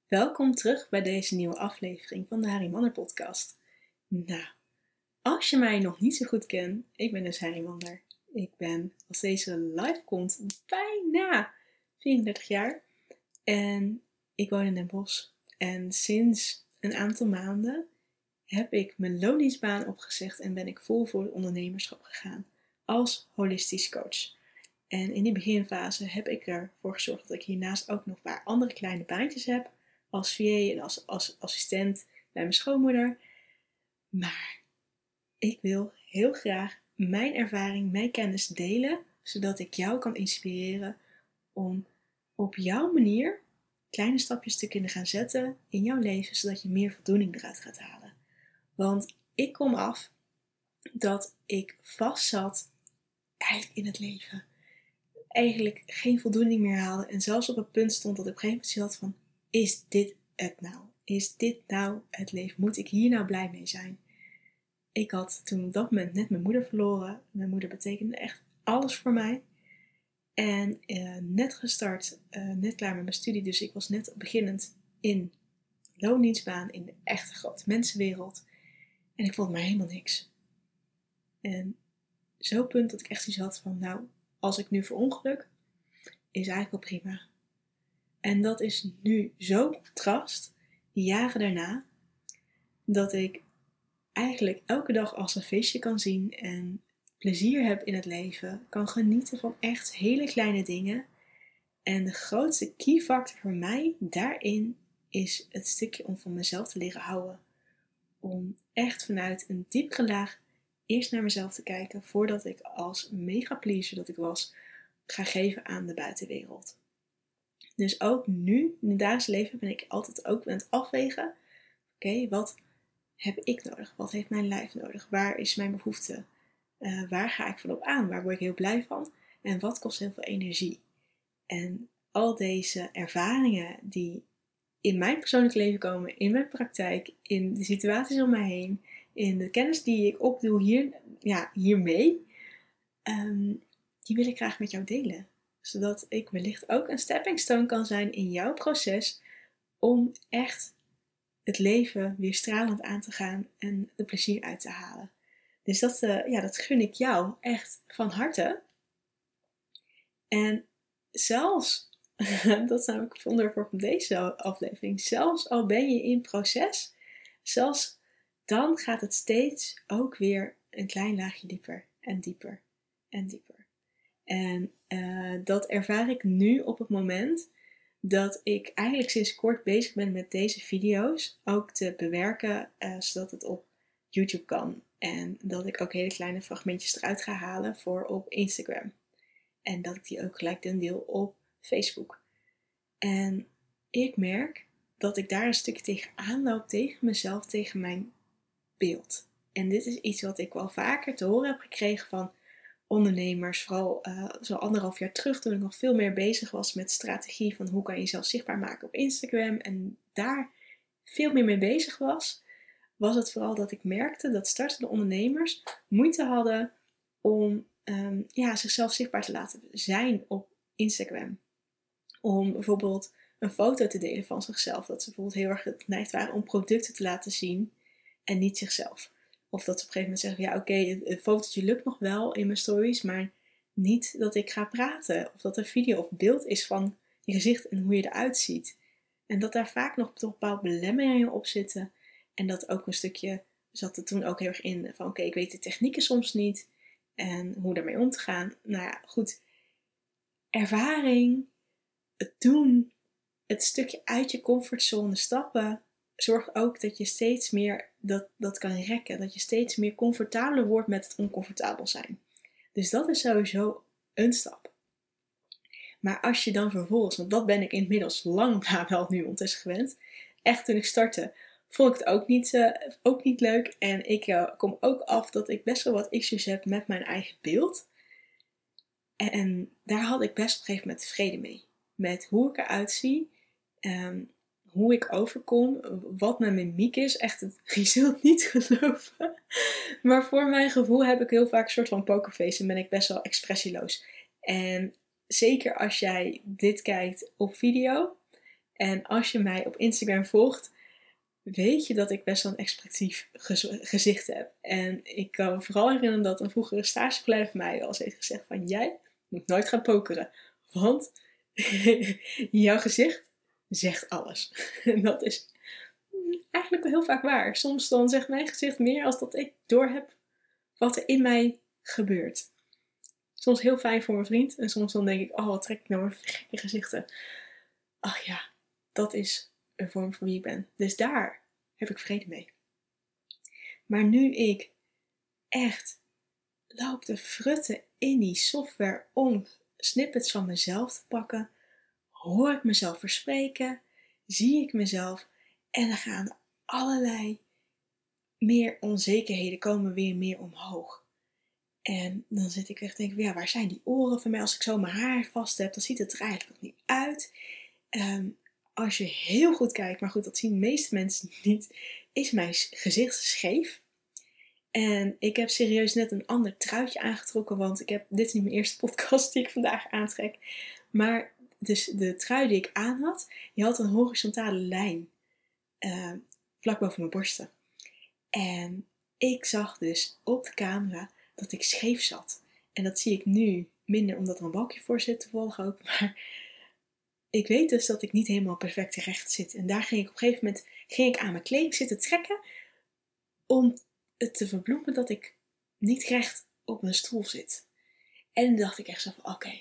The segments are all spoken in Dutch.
Welkom terug bij deze nieuwe aflevering van de Harry Mander podcast. Nou, als je mij nog niet zo goed kent, ik ben dus Harry Mander. Ik ben, als deze live komt, bijna 34 jaar. En ik woon in Den Bosch. En sinds een aantal maanden heb ik mijn loondienstbaan opgezegd en ben ik vol voor het ondernemerschap gegaan als holistisch coach. En in die beginfase heb ik ervoor gezorgd dat ik hiernaast ook nog een paar andere kleine baantjes heb. Als VA en als assistent bij mijn schoonmoeder. Maar ik wil heel graag mijn ervaring, mijn kennis delen. Zodat ik jou kan inspireren om op jouw manier kleine stapjes te kunnen gaan zetten in jouw leven. Zodat je meer voldoening eruit gaat halen. Want ik kom af dat ik vast zat eigenlijk in het leven. Eigenlijk geen voldoening meer haalde. En zelfs op het punt stond dat ik op een gegeven moment had van... Is dit het nou? Is dit nou het leven? Moet ik hier nou blij mee zijn? Ik had toen op dat moment net mijn moeder verloren. Mijn moeder betekende echt alles voor mij. En net gestart, net klaar met mijn studie. Dus ik was net beginnend in loondienstbaan. In de echte grote mensenwereld. En ik vond maar helemaal niks. En zo'n punt dat ik echt iets had van... Nou, als ik nu verongeluk, is eigenlijk wel prima. En dat is nu zo contrast, die jaren daarna, dat ik eigenlijk elke dag als een feestje kan zien en plezier heb in het leven, kan genieten van echt hele kleine dingen. En de grootste key factor voor mij daarin is het stukje om van mezelf te leren houden. Om echt vanuit een diepere laag eerst naar mezelf te kijken, voordat ik als mega pleaser dat ik was, ga geven aan de buitenwereld. Dus ook nu, in het dagelijks leven, ben ik altijd ook aan het afwegen. Oké, wat heb ik nodig? Wat heeft mijn lijf nodig? Waar is mijn behoefte? Waar ga ik van op aan? Waar word ik heel blij van? En wat kost heel veel energie? En al deze ervaringen die in mijn persoonlijk leven komen, in mijn praktijk, in de situaties om mij heen, in de kennis die ik opdoe hiermee, die wil ik graag met jou delen. Zodat ik wellicht ook een stepping stone kan zijn in jouw proces om echt het leven weer stralend aan te gaan en er plezier uit te halen. Dus dat gun ik jou echt van harte. En zelfs, dat is namelijk het onderwerp van deze aflevering, zelfs al ben je in proces, zelfs dan gaat het steeds ook weer een klein laagje dieper en dieper en dieper. En dat ervaar ik nu op het moment dat ik eigenlijk sinds kort bezig ben met deze video's ook te bewerken, zodat het op YouTube kan. En dat ik ook hele kleine fragmentjes eruit ga halen voor op Instagram. En dat ik die ook gelijk deel op Facebook. En ik merk dat ik daar een stukje tegenaan loop, tegen mezelf, tegen mijn beeld. En dit is iets wat ik wel vaker te horen heb gekregen van ondernemers, vooral zo 1,5 jaar terug, toen ik nog veel meer bezig was met strategie van hoe kan je jezelf zichtbaar maken op Instagram en daar veel meer mee bezig was het vooral dat ik merkte dat startende ondernemers moeite hadden om zichzelf zichtbaar te laten zijn op Instagram. Om bijvoorbeeld een foto te delen van zichzelf, dat ze bijvoorbeeld heel erg geneigd waren om producten te laten zien en niet zichzelf. Of dat ze op een gegeven moment zeggen, ja oké, het fotootje lukt nog wel in mijn stories, maar niet dat ik ga praten. Of dat er video of beeld is van je gezicht en hoe je eruit ziet. En dat daar vaak nog bepaalde belemmeringen op zitten. En dat ook een stukje zat er toen ook heel erg in van oké, ik weet de technieken soms niet. En hoe daarmee om te gaan. Nou ja, goed. Ervaring, het doen, het stukje uit je comfortzone stappen, zorgt ook dat je steeds meer dat kan rekken. Dat je steeds meer comfortabeler wordt met het oncomfortabel zijn. Dus dat is sowieso een stap. Maar als je dan vervolgens, want dat ben ik inmiddels lang wel nu ondertussen gewend. Echt toen ik startte, vond ik het ook niet leuk. En ik kom ook af dat ik best wel wat issues heb met mijn eigen beeld. En daar had ik best op een gegeven moment vrede mee. Met hoe ik eruit zie. Hoe ik overkom, wat mijn mimiek is. Echt, je zult het niet geloven. Maar voor mijn gevoel heb ik heel vaak een soort van pokerface en ben ik best wel expressieloos. En zeker als jij dit kijkt op video En als je mij op Instagram volgt, weet je dat ik best wel een expressief gezicht heb. En ik kan me vooral herinneren dat een vroegere stagebegeleider van mij al eens heeft gezegd van, jij moet nooit gaan pokeren. Want jouw gezicht zegt alles. En dat is eigenlijk wel heel vaak waar. Soms dan zegt mijn gezicht meer als dat ik doorheb wat er in mij gebeurt. Soms heel fijn voor mijn vriend. En soms dan denk ik, wat trek ik nou weer gekke gezichten. Ach ja, dat is een vorm van wie ik ben. Dus daar heb ik vrede mee. Maar nu ik echt loop te frutten in die software om snippets van mezelf te pakken, hoor ik mezelf verspreken, zie ik mezelf en dan gaan allerlei meer onzekerheden komen weer meer omhoog. En dan zit ik echt te denken, waar zijn die oren van mij? Als ik zo mijn haar vast heb, dan ziet het er eigenlijk nog niet uit. Als je heel goed kijkt, maar goed, dat zien de meeste mensen niet, is mijn gezicht scheef. En ik heb serieus net een ander truitje aangetrokken, want dit is niet mijn eerste podcast die ik vandaag aantrek. Maar dus de trui die ik aan had, die had een horizontale lijn vlak boven mijn borsten. En ik zag dus op de camera dat ik scheef zat. En dat zie ik nu minder omdat er een balkje voor zit, toevallig ook. Maar ik weet dus dat ik niet helemaal perfect terecht zit. En daar ging ik op een gegeven moment aan mijn kleding zitten trekken om het te verbloemen dat ik niet recht op mijn stoel zit. En dan dacht ik echt zo van oké.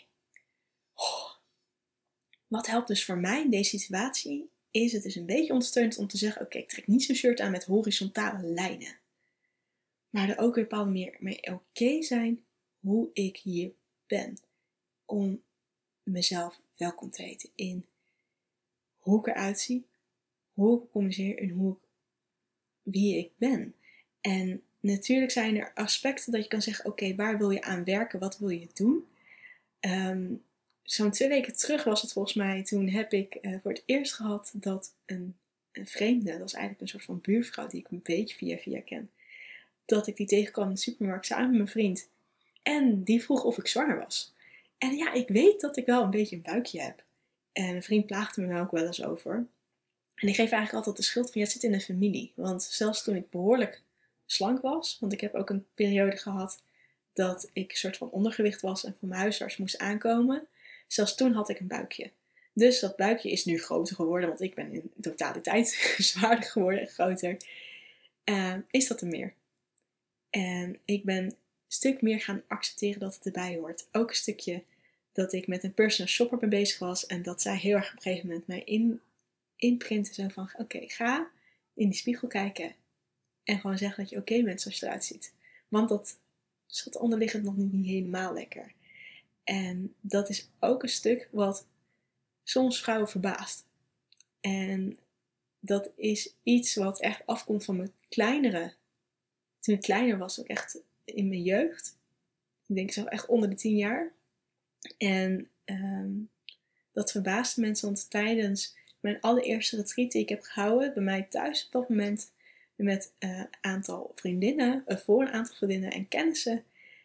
Wat helpt dus voor mij in deze situatie is het dus een beetje ondersteunend om te zeggen oké, ik trek niet zo'n shirt aan met horizontale lijnen. Maar er ook weer bepaalde meer mee oké zijn hoe ik hier ben. Om mezelf welkom te heten in hoe ik eruit zie, hoe ik communiceer en wie ik ben. En natuurlijk zijn er aspecten dat je kan zeggen oké, waar wil je aan werken, wat wil je doen? Zo'n 2 weken terug was het volgens mij, toen heb ik voor het eerst gehad dat een vreemde, dat was eigenlijk een soort van buurvrouw die ik een beetje via ken, dat ik die tegenkwam in de supermarkt samen met mijn vriend. En die vroeg of ik zwanger was. En ja, ik weet dat ik wel een beetje een buikje heb. En mijn vriend plaagde me daar ook wel eens over. En ik geef eigenlijk altijd de schuld van, het zit in de familie. Want zelfs toen ik behoorlijk slank was, want ik heb ook een periode gehad dat ik een soort van ondergewicht was en van mijn huisarts moest aankomen. Zelfs toen had ik een buikje. Dus dat buikje is nu groter geworden, want ik ben in totaliteit zwaarder geworden en groter. Is dat er meer? En ik ben een stuk meer gaan accepteren dat het erbij hoort. Ook een stukje dat ik met een personal shopper mee bezig was. En dat zij heel erg op een gegeven moment mij inprinten. Zo van, oké, ga in die spiegel kijken. En gewoon zeggen dat je oké bent zoals je eruit ziet. Want dat zat onderliggend nog niet helemaal lekker. En dat is ook een stuk wat soms vrouwen verbaast. En dat is iets wat echt afkomt van mijn kleinere. Toen ik kleiner was, ook echt in mijn jeugd. Ik denk zo echt onder de 10 jaar. En dat verbaasde mensen, want tijdens mijn allereerste retreat die ik heb gehouden, bij mij thuis op dat moment, met een aantal vriendinnen, voor een aantal vriendinnen en kennissen,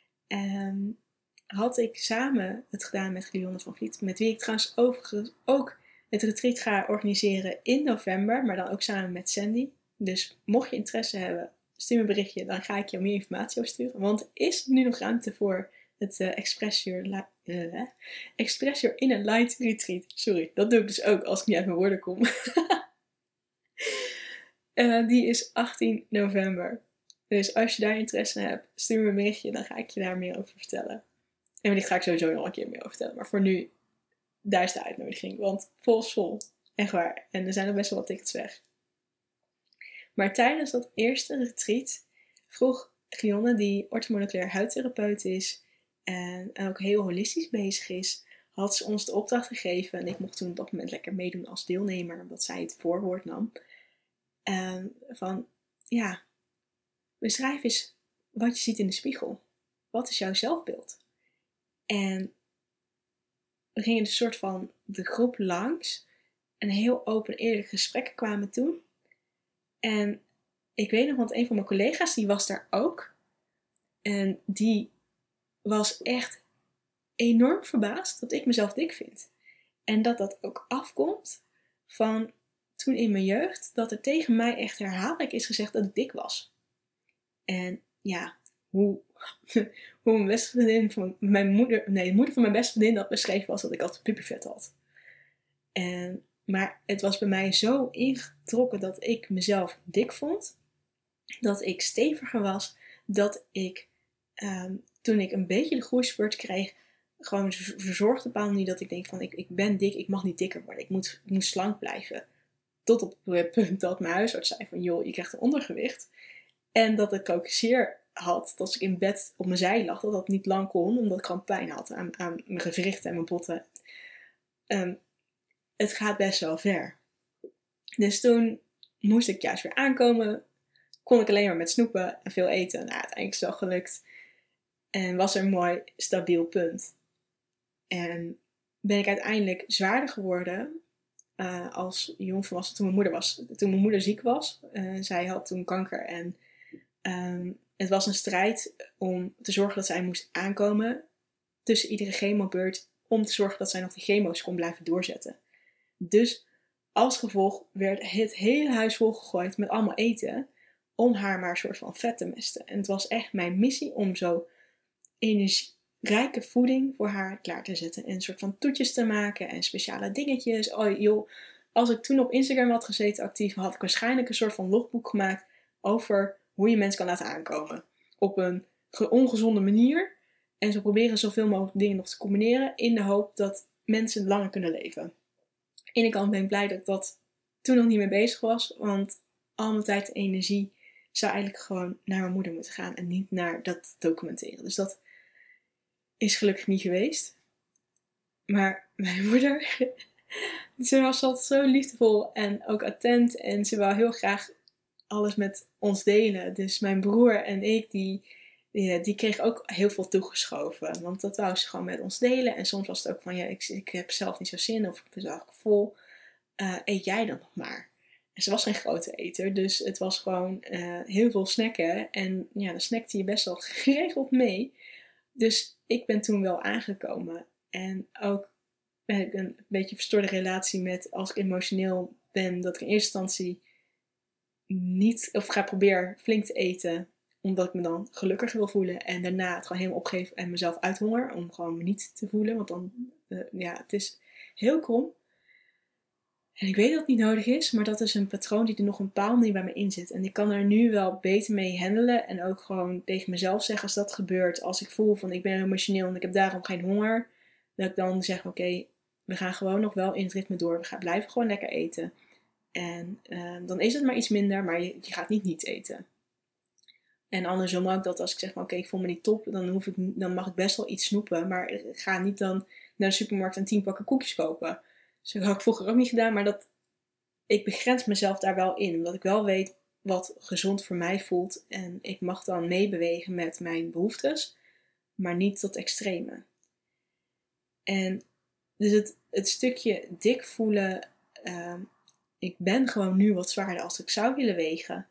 had ik samen het gedaan met Glionne van Vliet, met wie ik trouwens overigens ook het retreat ga organiseren in november, maar dan ook samen met Sandy. Dus mocht je interesse hebben, stuur me een berichtje, dan ga ik je meer informatie over sturen. Want er is nu nog ruimte voor het Express Your Inner Light Retreat. Sorry, dat doe ik dus ook als ik niet uit mijn woorden kom. Die is 18 november. Dus als je daar interesse in hebt, stuur me een berichtje, dan ga ik je daar meer over vertellen. En wellicht ga ik sowieso nog een keer meer over vertellen. Maar voor nu, daar is de uitnodiging. Want vol. Echt waar. En er zijn nog best wel wat tickets weg. Maar tijdens dat eerste retreat vroeg Glionne, die orthomoleculair huidtherapeut is en ook heel holistisch bezig is, had ze ons de opdracht gegeven. En ik mocht toen op dat moment lekker meedoen als deelnemer, omdat zij het voorwoord nam. Beschrijf eens wat je ziet in de spiegel. Wat is jouw zelfbeeld? En we gingen een soort van de groep langs. En heel open eerlijk gesprekken kwamen toen. En ik weet nog, want een van mijn collega's die was daar ook. En die was echt enorm verbaasd dat ik mezelf dik vind. En dat dat ook afkomt van toen in mijn jeugd dat er tegen mij echt herhaaldelijk is gezegd dat ik dik was. En ja, hoe mijn beste vriendin van mijn moeder, de moeder van mijn beste vriendin dat beschreef was dat ik altijd pubervet had. Maar het was bij mij zo ingetrokken dat ik mezelf dik vond, dat ik steviger was, dat ik toen ik een beetje de groeispurt kreeg, gewoon verzorgde op een bepaalde manier dat ik denk van ik ben dik, ik mag niet dikker worden, ik moet slank blijven. Tot op het punt dat mijn huisarts zei van joh, je krijgt een ondergewicht. En dat ik ook zeer had, dat als ik in bed op mijn zij lag, dat niet lang kon, omdat ik gewoon pijn had aan mijn gewrichten en mijn botten. Het gaat best wel ver. Dus toen moest ik juist weer aankomen, kon ik alleen maar met snoepen en veel eten. Nou, uiteindelijk is het wel gelukt. En was er een mooi stabiel punt. En ben ik uiteindelijk zwaarder geworden als jongvolwassen toen mijn moeder ziek was. Zij had toen kanker en het was een strijd om te zorgen dat zij moest aankomen tussen iedere chemobeurt, om te zorgen dat zij nog die chemo's kon blijven doorzetten. Dus als gevolg werd het hele huis volgegooid met allemaal eten om haar maar een soort van vet te mesten. En het was echt mijn missie om zo energierijke voeding voor haar klaar te zetten. En een soort van toetjes te maken en speciale dingetjes. Oh joh, als ik toen op Instagram had gezeten actief, had ik waarschijnlijk een soort van logboek gemaakt over hoe je mensen kan laten aankomen. Op een ongezonde manier. En zo proberen zoveel mogelijk dingen nog te combineren in de hoop dat mensen langer kunnen leven. Aan de ene kant ben ik blij dat ik dat toen nog niet mee bezig was. Want al mijn tijd en energie zou eigenlijk gewoon naar mijn moeder moeten gaan. En niet naar dat documenteren. Dus dat is gelukkig niet geweest. Maar mijn moeder, ze was altijd zo liefdevol en ook attent. En ze wou heel graag alles met ons delen. Dus mijn broer en ik, die kreeg ook heel veel toegeschoven. Want dat wou ze gewoon met ons delen. En soms was het ook van, ja, ik heb zelf niet zo zin. Of ik ben zo vol. Eet jij dan nog maar? En ze was geen grote eter. Dus het was gewoon heel veel snacken. En ja, dan snackte je best wel geregeld mee. Dus ik ben toen wel aangekomen. En ook ben ik een beetje verstoorde relatie met, als ik emotioneel ben, dat ik in eerste instantie niet, of ga proberen flink te eten, omdat ik me dan gelukkiger wil voelen. En daarna het gewoon helemaal opgeef en mezelf uithonger, om gewoon me niet te voelen. Want dan, het is heel krom. En ik weet dat het niet nodig is, maar dat is een patroon die er nog een bepaalde manier bij me in zit. En ik kan er nu wel beter mee handelen. En ook gewoon tegen mezelf zeggen als dat gebeurt. Als ik voel van ik ben emotioneel en ik heb daarom geen honger. Dat ik dan zeg oké, we gaan gewoon nog wel in het ritme door. We gaan blijven gewoon lekker eten. En dan is het maar iets minder, maar je gaat niet eten. En andersom ook dat als ik zeg oké, ik voel me niet top. Dan mag ik best wel iets snoepen. Maar ik ga niet dan naar de supermarkt en 10 pakken koekjes kopen. Dus dat had ik vroeger ook niet gedaan, maar ik begrens mezelf daar wel in. Omdat ik wel weet wat gezond voor mij voelt. En ik mag dan meebewegen met mijn behoeftes, maar niet tot extreme. En dus het stukje dik voelen, ik ben gewoon nu wat zwaarder als ik zou willen wegen.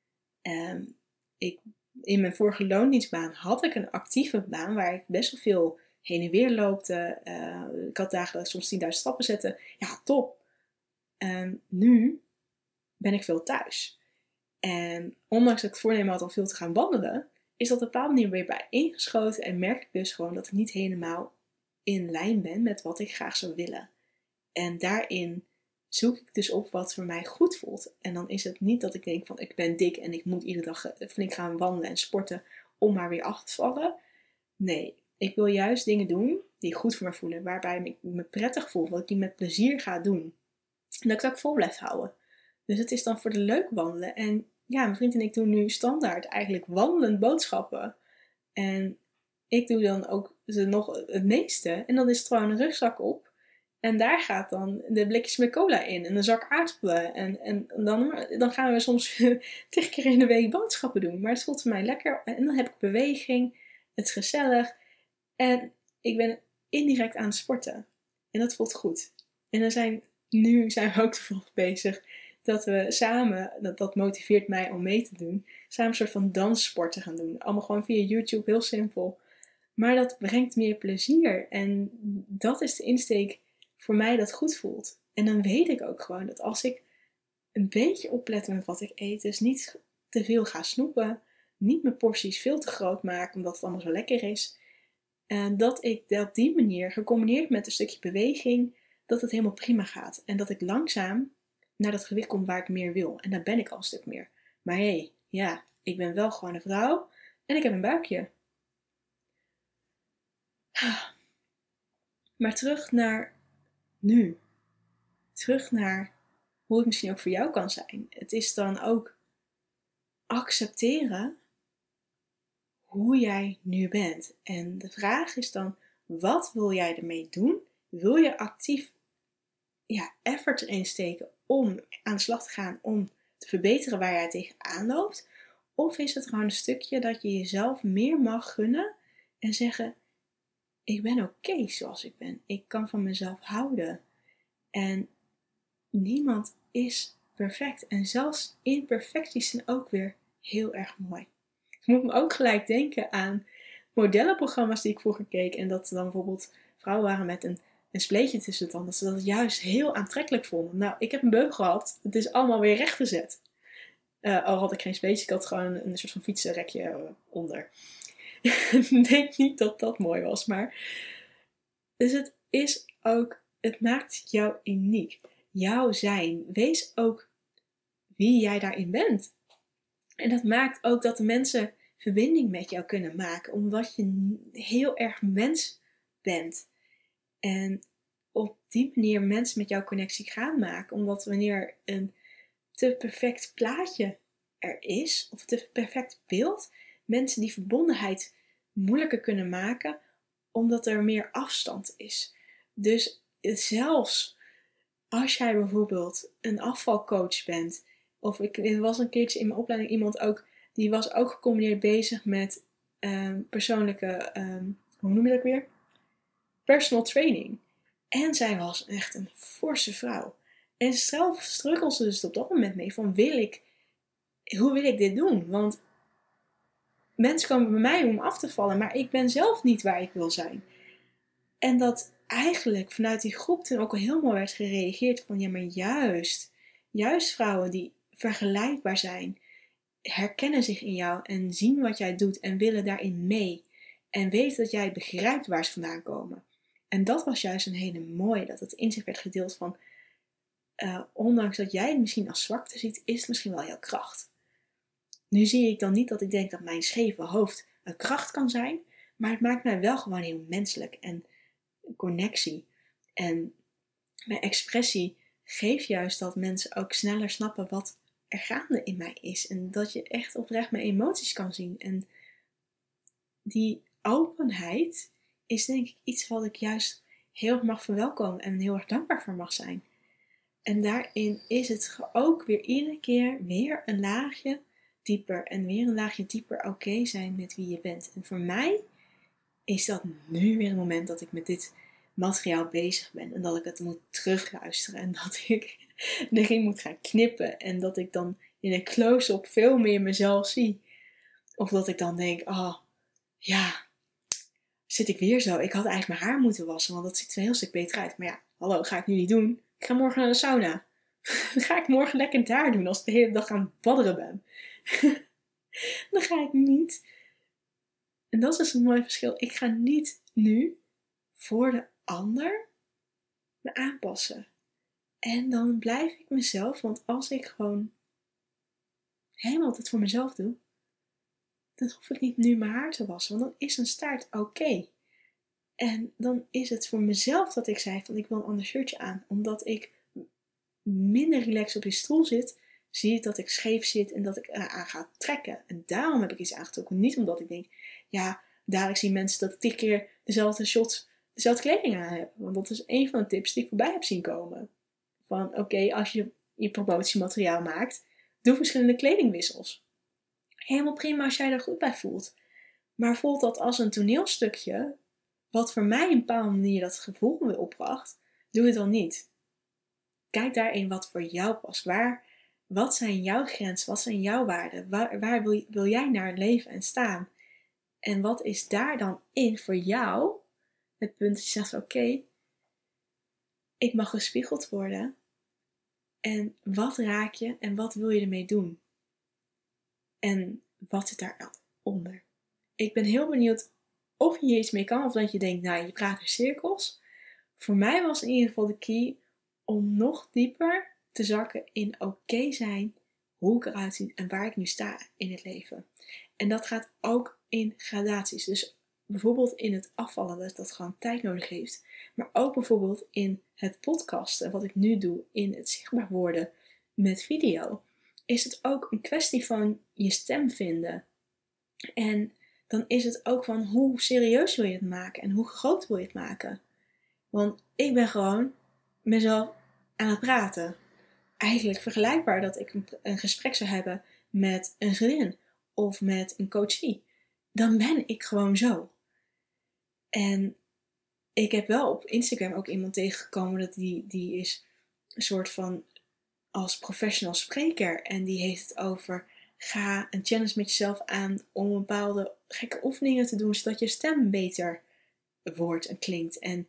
In mijn vorige loondienstbaan had ik een actieve baan waar ik best wel veel heen en weer loopte. Ik had dagen soms 10.000 stappen zetten. Ja, top. Nu ben ik veel thuis. En ondanks dat ik het voornemen had om veel te gaan wandelen, is dat op een bepaalde manier weer bij ingeschoten. En merk ik dus gewoon dat ik niet helemaal in lijn ben met wat ik graag zou willen. En daarin zoek ik dus op wat voor mij goed voelt. En dan is het niet dat ik denk van ik ben dik en ik moet iedere dag flink gaan wandelen en sporten om maar weer af te vallen. Nee, ik wil juist dingen doen die goed voor me voelen. Waarbij ik me prettig voel. Wat ik die met plezier ga doen. En dat ik het ook vol blijf houden. Dus het is dan voor de leuk wandelen. En ja, mijn vriend en ik doen nu standaard eigenlijk wandelend boodschappen. En ik doe dan ook nog het meeste. En dan is het gewoon een rugzak op. En daar gaat dan de blikjes met cola in. En een zak aardappelen. En dan gaan we soms 10 keer in de week boodschappen doen. Maar het voelt voor mij lekker. En dan heb ik beweging. Het is gezellig. En ik ben indirect aan het sporten. En dat voelt goed. En nu zijn we ook toevallig bezig dat we samen, dat motiveert mij om mee te doen, samen een soort van danssporten gaan doen. Allemaal gewoon via YouTube, heel simpel. Maar dat brengt meer plezier. En dat is de insteek voor mij dat goed voelt. En dan weet ik ook gewoon dat als ik een beetje oplet met wat ik eet, dus niet te veel ga snoepen, niet mijn porties veel te groot maken omdat het allemaal zo lekker is, dat ik op die manier, gecombineerd met een stukje beweging, dat het helemaal prima gaat. En dat ik langzaam naar dat gewicht kom waar ik meer wil. En daar ben ik al een stuk meer. Maar ja, ik ben wel gewoon een vrouw en ik heb een buikje. Maar terug naar nu. Terug naar hoe het misschien ook voor jou kan zijn. Het is dan ook accepteren hoe jij nu bent. En de vraag is dan, wat wil jij ermee doen? Wil je actief effort erin steken om aan de slag te gaan, om te verbeteren waar jij tegenaan loopt? Of is het gewoon een stukje dat je jezelf meer mag gunnen en zeggen, ik ben oké zoals ik ben. Ik kan van mezelf houden. En niemand is perfect. En zelfs imperfecties zijn ook weer heel erg mooi. Ik moet me ook gelijk denken aan modellenprogramma's die ik vroeger keek. En dat dan bijvoorbeeld vrouwen waren met een spleetje tussen de tanden. Dat ze dat juist heel aantrekkelijk vonden. Nou, ik heb een beugel gehad. Het is allemaal weer rechtgezet. Al had ik geen spleetje. Ik had gewoon een soort van fietsenrekje onder. Ik denk niet dat dat mooi was. Maar dus het is ook, het maakt jou uniek. Jouw zijn. Wees ook wie jij daarin bent. En dat maakt ook dat de mensen verbinding met jou kunnen maken. Omdat je heel erg mens bent. En op die manier mensen met jou connectie gaan maken. Omdat wanneer een te perfect plaatje er is. Of te perfect beeld. Mensen die verbondenheid moeilijker kunnen maken. Omdat er meer afstand is. Dus zelfs als jij bijvoorbeeld een afvalcoach bent. Of er was een keertje in mijn opleiding iemand ook. Die was ook gecombineerd bezig met persoonlijke, hoe noem je dat weer? Personal training. En zij was echt een forse vrouw. En zelf struggelde ze dus op dat moment mee van hoe wil ik dit doen? Want mensen komen bij mij om af te vallen, maar ik ben zelf niet waar ik wil zijn. En dat eigenlijk vanuit die groep toen ook al heel mooi werd gereageerd van ja, maar juist vrouwen die vergelijkbaar zijn, herkennen zich in jou en zien wat jij doet en willen daarin mee. En weten dat jij begrijpt waar ze vandaan komen. En dat was juist een hele mooie, dat het inzicht werd gedeeld van, ondanks dat jij het misschien als zwakte ziet, is het misschien wel jouw kracht. Nu zie ik dan niet dat ik denk dat mijn scheve hoofd een kracht kan zijn, maar het maakt mij wel gewoon heel menselijk en connectie. En mijn expressie geeft juist dat mensen ook sneller snappen wat er gaande in mij is. En dat je echt oprecht mijn emoties kan zien. En die openheid is denk ik iets wat ik juist heel erg mag verwelkomen en heel erg dankbaar voor mag zijn. En daarin is het ook weer iedere keer weer een laagje dieper en weer een laagje dieper oké zijn met wie je bent. En voor mij is dat nu weer een moment dat ik met dit materiaal bezig ben. En dat ik het moet terugluisteren. En dat ik erin moet gaan knippen. En dat ik dan in een close-up veel meer mezelf zie. Of dat ik dan denk, zit ik weer zo. Ik had eigenlijk mijn haar moeten wassen. Want dat ziet er een heel stuk beter uit. Maar ja, hallo, ga ik nu niet doen. Ik ga morgen naar de sauna. Dan ga ik morgen lekker daar doen als ik de hele dag aan het badderen ben. Dan ga ik niet. En dat is dus een mooi verschil. Ik ga niet nu voor de ander me aanpassen. En dan blijf ik mezelf. Want als ik gewoon helemaal het voor mezelf doe, dan hoef ik niet nu mijn haar te wassen. Want dan is een staart oké. En dan is het voor mezelf dat ik zei van ik wil een ander shirtje aan. Omdat ik minder relaxed op die stoel zit, zie je dat ik scheef zit en dat ik aan ga trekken. En daarom heb ik iets aangetrokken. Niet omdat ik denk, ja, dadelijk zien mensen dat ik 10 keer dezelfde shots, dezelfde kleding aan heb. Want dat is een van de tips die ik voorbij heb zien komen. Van oké, als je je promotiemateriaal maakt, doe verschillende kledingwissels. Helemaal prima als jij er goed bij voelt. Maar voelt dat als een toneelstukje, wat voor mij op een bepaalde manier dat gevoel weer opbracht, doe het dan niet. Kijk daarin wat voor jou past. Wat zijn jouw grenzen? Wat zijn jouw waarden? Waar wil jij naar leven en staan? En wat is daar dan in voor jou? Het punt dat je zegt, oké, ik mag gespiegeld worden. En wat raak je en wat wil je ermee doen? En wat zit daaronder? Ik ben heel benieuwd of je hier iets mee kan. Of dat je denkt, nou je praat in cirkels. Voor mij was in ieder geval de key om nog dieper te zakken in oké zijn. Hoe ik eruit zie en waar ik nu sta in het leven. En dat gaat ook in gradaties. Dus bijvoorbeeld in het afvallen, dat gewoon tijd nodig heeft. Maar ook bijvoorbeeld in het podcasten, wat ik nu doe, in het zichtbaar worden met video. Is het ook een kwestie van je stem vinden. En dan is het ook van hoe serieus wil je het maken en hoe groot wil je het maken. Want ik ben gewoon mezelf aan het praten. Eigenlijk vergelijkbaar dat ik een gesprek zou hebben met een vriendin of met een coachie. Dan ben ik gewoon zo. En ik heb wel op Instagram ook iemand tegengekomen dat die is een soort van als professional spreker. En die heeft het over ga een challenge met jezelf aan om bepaalde gekke oefeningen te doen zodat je stem beter wordt en klinkt. En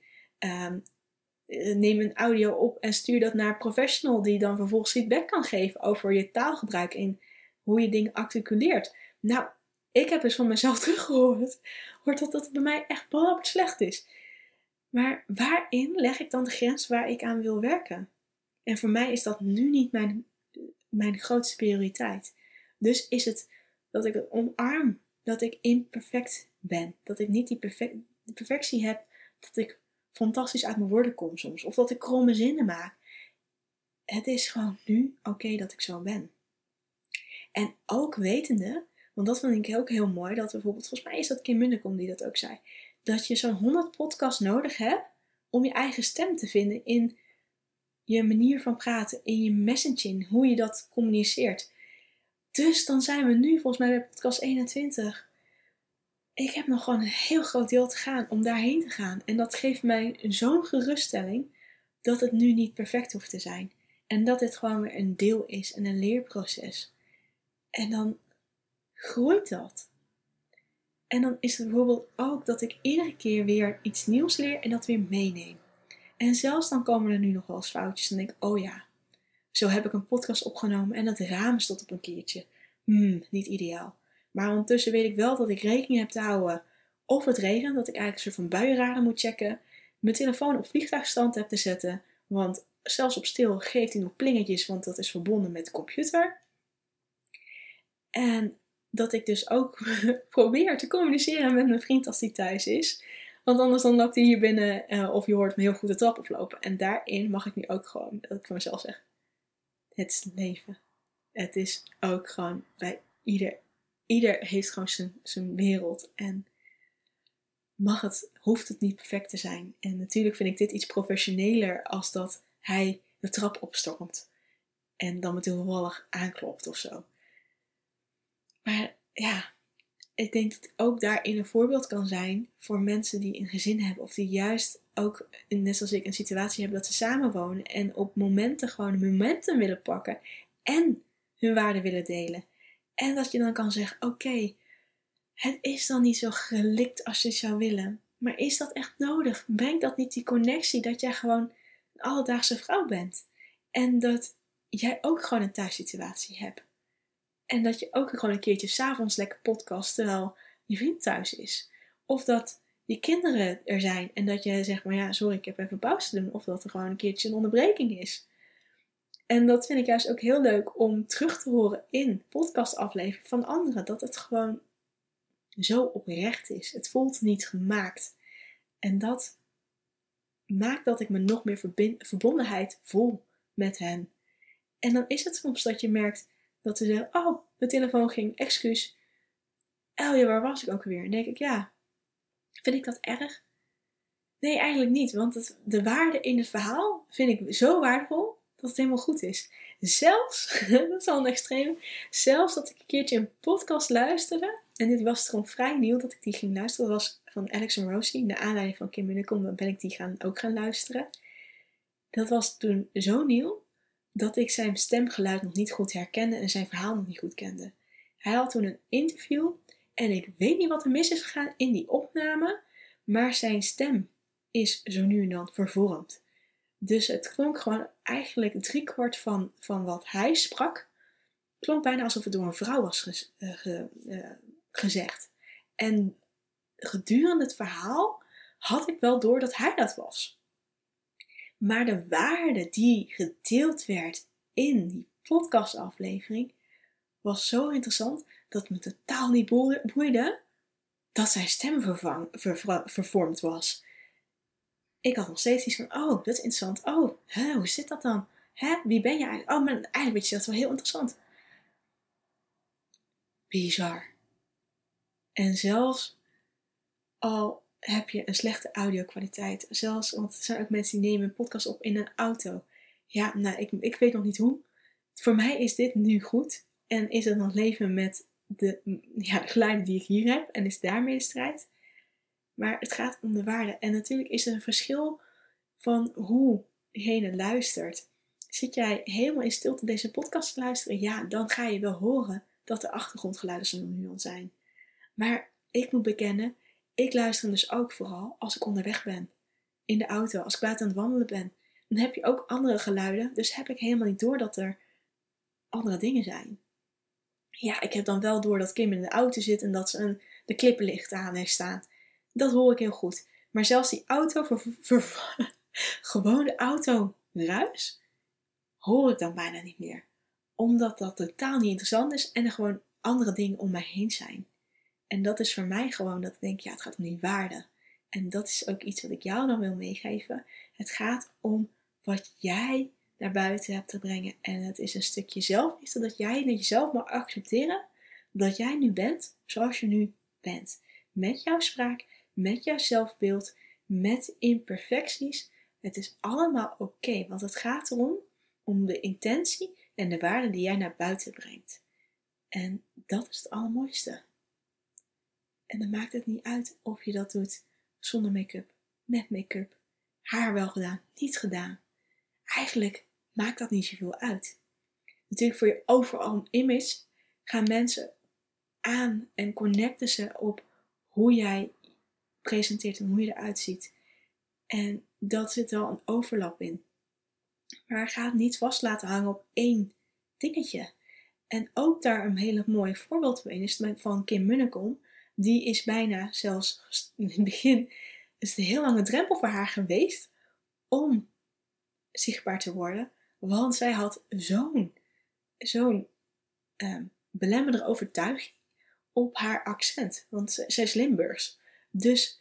neem een audio op en stuur dat naar een professional die dan vervolgens feedback kan geven over je taalgebruik en hoe je dingen articuleert. Nou, ik heb dus van mezelf teruggehoord dat het bij mij echt behoorlijk slecht is. Maar waarin leg ik dan de grens waar ik aan wil werken? En voor mij is dat nu niet mijn grootste prioriteit. Dus is het dat ik het omarm dat ik imperfect ben. Dat ik niet die perfectie heb dat ik fantastisch uit mijn woorden kom soms. Of dat ik kromme zinnen maak. Het is gewoon nu oké dat ik zo ben. En ook wetende, want dat vind ik ook heel mooi, dat bijvoorbeeld, volgens mij is dat Kim Munnekom die dat ook zei, dat je zo'n 100 podcasts nodig hebt om je eigen stem te vinden in je manier van praten, in je messaging, hoe je dat communiceert. Dus dan zijn we nu volgens mij bij podcast 21. Ik heb nog gewoon een heel groot deel te gaan om daarheen te gaan. En dat geeft mij zo'n geruststelling dat het nu niet perfect hoeft te zijn. En dat dit gewoon weer een deel is en een leerproces. En dan groeit dat. En dan is het bijvoorbeeld ook dat ik iedere keer weer iets nieuws leer en dat weer meeneem. En zelfs dan komen er nu nog wel eens foutjes. En denk ik, oh ja, zo heb ik een podcast opgenomen en het raam stond op een keertje. Niet ideaal. Maar ondertussen weet ik wel dat ik rekening heb te houden of het regent. Dat ik eigenlijk een soort van buienradar moet checken. Mijn telefoon op vliegtuigstand heb te zetten. Want zelfs op stil geeft hij nog plingetjes, want dat is verbonden met de computer. En dat ik dus ook probeer te communiceren met mijn vriend als hij thuis is. Want anders dan loopt hij hier binnen of je hoort me heel goed de trap oplopen. En daarin mag ik nu ook gewoon, dat ik voor mezelf zeg, het is leven. Het is ook gewoon bij ieder heeft gewoon zijn wereld. En hoeft het niet perfect te zijn. En natuurlijk vind ik dit iets professioneler als dat hij de trap opstormt. En dan meteen toevallig aanklopt of zo. Maar ja, ik denk dat ik ook daarin een voorbeeld kan zijn voor mensen die een gezin hebben. Of die juist ook, net zoals ik, een situatie hebben dat ze samenwonen. En op momenten gewoon een momentum willen pakken. En hun waarden willen delen. En dat je dan kan zeggen, oké, het is dan niet zo gelikt als je zou willen. Maar is dat echt nodig? Brengt dat niet die connectie dat jij gewoon een alledaagse vrouw bent? En dat jij ook gewoon een thuissituatie hebt. En dat je ook gewoon een keertje 's avonds lekker podcast terwijl je vriend thuis is. Of dat je kinderen er zijn en dat je zegt, maar ja, sorry, ik heb even pauze te doen. Of dat er gewoon een keertje een onderbreking is. En dat vind ik juist ook heel leuk om terug te horen in podcastafleveringen van anderen. Dat het gewoon zo oprecht is. Het voelt niet gemaakt. En dat maakt dat ik me nog meer verbondenheid voel met hen. En dan is het soms dat je merkt dat ze zeggen, oh, mijn telefoon ging, excuus. Oh ja, waar was ik ook weer? En denk ik, ja, vind ik dat erg? Nee, eigenlijk niet. Want de waarde in het verhaal vind ik zo waardevol dat het helemaal goed is. Zelfs, dat is al een extreem, zelfs dat ik een keertje een podcast luisterde. En dit was gewoon vrij nieuw dat ik die ging luisteren. Dat was van Alex en Rosie. Naar aanleiding van Kim Munnekom, dan ben ik die ook gaan luisteren. Dat was toen zo nieuw dat ik zijn stemgeluid nog niet goed herkende en zijn verhaal nog niet goed kende. Hij had toen een interview en ik weet niet wat er mis is gegaan in die opname, maar zijn stem is zo nu en dan vervormd. Dus het klonk gewoon eigenlijk 3/4 van wat hij sprak. Klonk bijna alsof het door een vrouw was gezegd. En gedurende het verhaal had ik wel door dat hij dat was. Maar de waarde die gedeeld werd in die podcastaflevering was zo interessant dat het me totaal niet boeide dat zijn stem vervormd was. Ik had nog steeds iets van, oh, dat is interessant. Oh, hoe zit dat dan? Wie ben je eigenlijk? Oh, maar eigenlijk weet je dat wel heel interessant. Bizar. En zelfs al heb je een slechte audio-kwaliteit, zelfs, want er zijn ook mensen die nemen een podcast op in een auto. Ja, nou, ik weet nog niet hoe. Voor mij is dit nu goed. En is het nog leven met de geluiden die ik hier heb. En is daarmee de strijd. Maar het gaat om de waarde. En natuurlijk is er een verschil van hoe diegene luistert. Zit jij helemaal in stilte deze podcast te luisteren? Ja, dan ga je wel horen dat de achtergrondgeluiden zo nuance zijn. Maar ik moet bekennen, ik luister hem dus ook vooral als ik onderweg ben. In de auto, als ik buiten aan het wandelen ben. Dan heb je ook andere geluiden. Dus heb ik helemaal niet door dat er andere dingen zijn. Ja, ik heb dan wel door dat Kim in de auto zit en dat ze de klippenlichten aan heeft staan. Dat hoor ik heel goed. Maar zelfs die gewone autoruis hoor ik dan bijna niet meer. Omdat dat totaal niet interessant is en er gewoon andere dingen om mij heen zijn. En dat is voor mij gewoon dat ik denk, ja, het gaat om die waarde. En dat is ook iets wat ik jou dan wil meegeven. Het gaat om wat jij naar buiten hebt te brengen. En het is een stukje zelfliefde dat jij naar jezelf mag accepteren dat jij nu bent zoals je nu bent. Met jouw spraak, met jouw zelfbeeld, met imperfecties. Het is allemaal oké, want het gaat erom om de intentie en de waarde die jij naar buiten brengt. En dat is het allermooiste. En dan maakt het niet uit of je dat doet zonder make-up, met make-up, haar wel gedaan, niet gedaan. Eigenlijk maakt dat niet zoveel uit. Natuurlijk voor je overall image gaan mensen aan en connecten ze op hoe jij presenteert en hoe je eruit ziet. En dat zit wel een overlap in. Maar ga het niet vast laten hangen op één dingetje. En ook daar een hele mooi voorbeeld van is van Kim Munnekom. Die is bijna zelfs in het begin is het een heel lange drempel voor haar geweest om zichtbaar te worden. Want zij had zo'n belemmerende overtuiging op haar accent. Want zij is Limburgs. Dus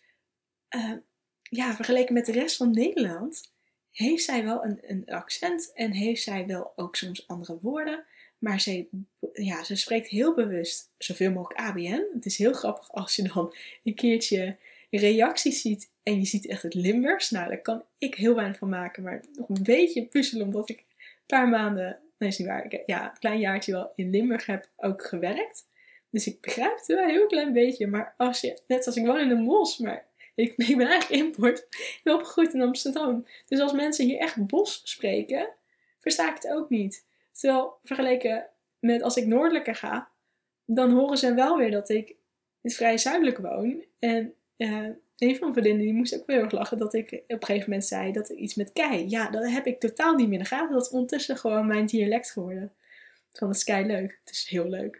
vergeleken met de rest van Nederland heeft zij wel een accent en heeft zij wel ook soms andere woorden. Maar ze spreekt heel bewust zoveel mogelijk ABN. Het is heel grappig als je dan een keertje reacties ziet en je ziet echt het Limburgs. Nou, daar kan ik heel weinig van maken, maar nog een beetje puzzelen omdat ik een paar maanden, nee is niet waar, een klein jaartje wel in Limburg heb ook gewerkt. Dus ik begrijp het wel een heel klein beetje, maar net als ik woon in een bos, maar ik ben eigenlijk import. Ik ben opgegroeid in Amsterdam. Dus als mensen hier echt bos spreken, versta ik het ook niet. Terwijl vergeleken met als ik noordelijker ga, dan horen ze wel weer dat ik vrij zuidelijk woon. En een van mijn vriendinnen die moest ook weer heel erg lachen dat ik op een gegeven moment zei dat er iets met kei. Ja, dat heb ik totaal niet meer in de gaten. Dat is ondertussen gewoon mijn dialect geworden. Van het is kei leuk. Het is heel leuk.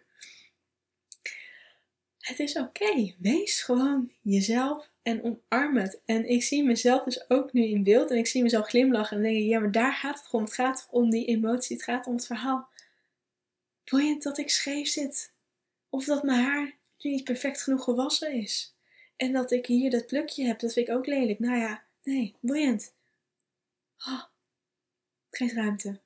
Het is oké. Wees gewoon jezelf en omarm het. En ik zie mezelf dus ook nu in beeld. En ik zie mezelf glimlachen. En dan denk ik, ja, maar daar gaat het om. Het gaat om die emotie. Het gaat om het verhaal. Boeiend dat ik scheef zit. Of dat mijn haar nu niet perfect genoeg gewassen is. En dat ik hier dat plukje heb. Dat vind ik ook lelijk. Nou ja, nee, boeiend. Geen ruimte.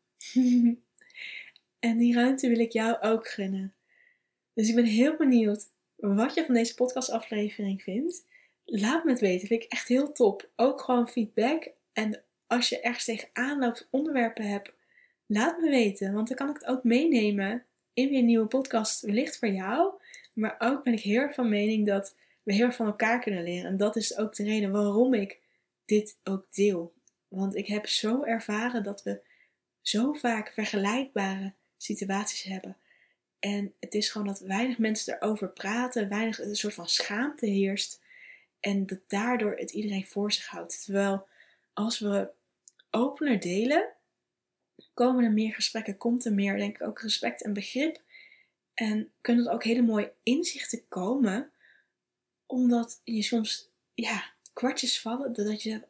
En die ruimte wil ik jou ook gunnen. Dus ik ben heel benieuwd wat je van deze podcastaflevering vindt. Laat me het weten, vind ik echt heel top. Ook gewoon feedback. En als je ergens tegenaan loopt, onderwerpen hebt, laat me weten. Want dan kan ik het ook meenemen in weer een nieuwe podcast, wellicht voor jou. Maar ook ben ik heel erg van mening dat we heel erg van elkaar kunnen leren. En dat is ook de reden waarom ik dit ook deel. Want ik heb zo ervaren dat we zo vaak vergelijkbare situaties hebben. En het is gewoon dat weinig mensen erover praten, een soort van schaamte heerst. En dat daardoor het iedereen voor zich houdt. Terwijl als we opener delen, komen er meer gesprekken, komt er meer, denk ik, ook respect en begrip. En kunnen er ook hele mooie inzichten komen, omdat je soms, kwartjes vallen, doordat je zegt,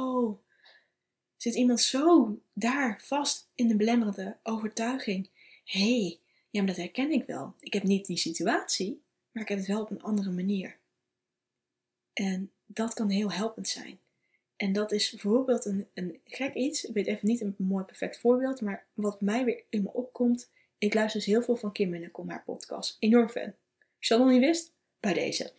zit iemand zo daar vast in de belemmerende overtuiging. Ja, maar dat herken ik wel. Ik heb niet die situatie, maar ik heb het wel op een andere manier. En dat kan heel helpend zijn. En dat is bijvoorbeeld een gek iets. Ik weet even niet een mooi perfect voorbeeld, maar wat mij weer in me opkomt. Ik luister dus heel veel van Kim Munnekom, haar podcast. Enorm fan. Als je dat nog niet wist, bij deze.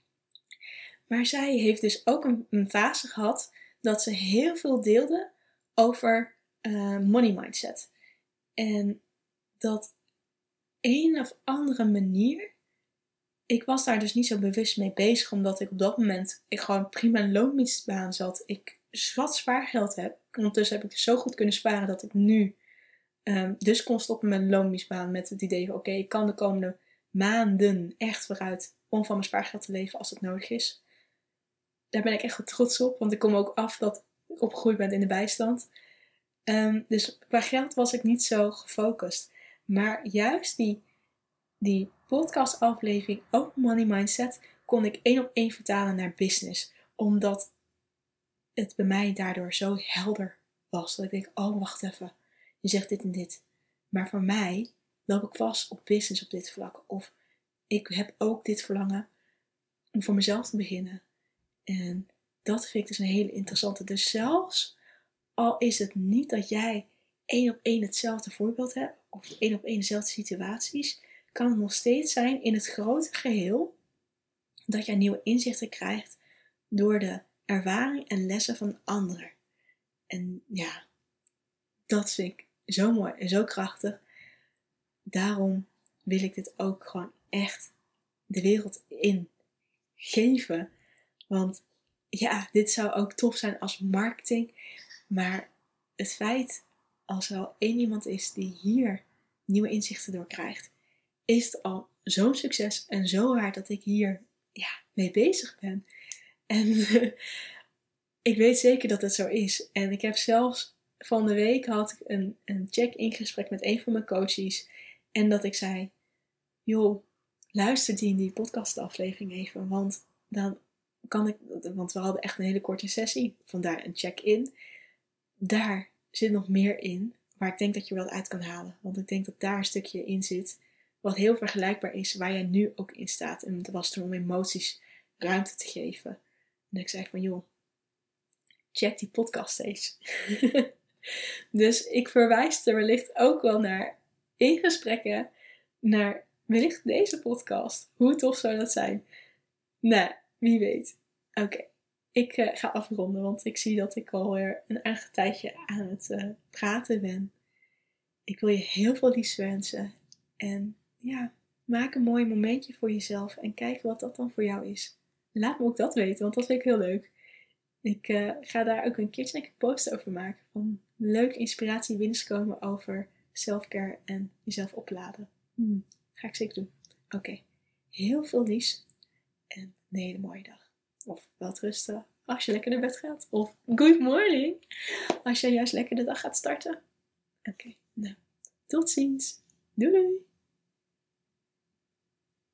Maar zij heeft dus ook een fase gehad dat ze heel veel deelde over money mindset. En dat een of andere manier, ik was daar dus niet zo bewust mee bezig, omdat ik op dat moment gewoon prima in loondienstbaan zat. Ik zat spaargeld heb. Ondertussen heb ik dus zo goed kunnen sparen dat ik nu dus kon stoppen met een loondienstbaan met het idee van ik kan de komende maanden echt vooruit om van mijn spaargeld te leven als het nodig is. Daar ben ik echt trots op, want ik kom ook af dat ik opgegroeid ben in de bijstand. Dus qua geld was ik niet zo gefocust. Maar juist die podcastaflevering over money mindset kon ik 1-op-1 vertalen naar business. Omdat het bij mij daardoor zo helder was. Dat ik denk, wacht even. Je zegt dit en dit. Maar voor mij loop ik vast op business op dit vlak. Of ik heb ook dit verlangen om voor mezelf te beginnen. En dat vind ik dus een hele interessante. Dus zelfs al is het niet dat jij 1-op-1 hetzelfde voorbeeld hebt, of 1-op-1 dezelfde situaties, kan het nog steeds zijn in het grote geheel dat jij nieuwe inzichten krijgt door de ervaring en lessen van anderen. En ja, dat vind ik zo mooi en zo krachtig. Daarom wil ik dit ook gewoon echt de wereld in geven. Want ja, dit zou ook tof zijn als marketing. Maar het feit, als er al één iemand is die hier nieuwe inzichten door krijgt, is het al zo'n succes en zo waard dat ik hier mee bezig ben. En ik weet zeker dat het zo is. En ik heb zelfs van de week had ik een check-in gesprek met een van mijn coaches. En dat ik zei, joh, luister die podcastaflevering even. Want dan kan ik, want we hadden echt een hele korte sessie. Vandaar een check-in. Daar zit nog meer in, waar ik denk dat je wel uit kan halen. Want ik denk dat daar een stukje in zit, wat heel vergelijkbaar is, waar jij nu ook in staat. En dat was toen om emoties ruimte te geven. En ik zei van, joh, check die podcast eens. Dus ik verwijs er wellicht ook wel naar, in gesprekken, naar wellicht deze podcast. Hoe tof zou dat zijn? Nou, wie weet. Oké. Ik ga afronden, want ik zie dat ik alweer een aardig tijdje aan het praten ben. Ik wil je heel veel liefs wensen. En ja, maak een mooi momentje voor jezelf en kijk wat dat dan voor jou is. Laat me ook dat weten, want dat vind ik heel leuk. Ik ga daar ook een keertje een post over maken. Van leuke inspiratie binnenkomen over selfcare en jezelf opladen. Ga ik zeker doen. Oké. Heel veel liefs en een hele mooie dag. Of welterusten als je lekker naar bed gaat. Of good morning als je juist lekker de dag gaat starten. Oké, nou, tot ziens. Doei doei.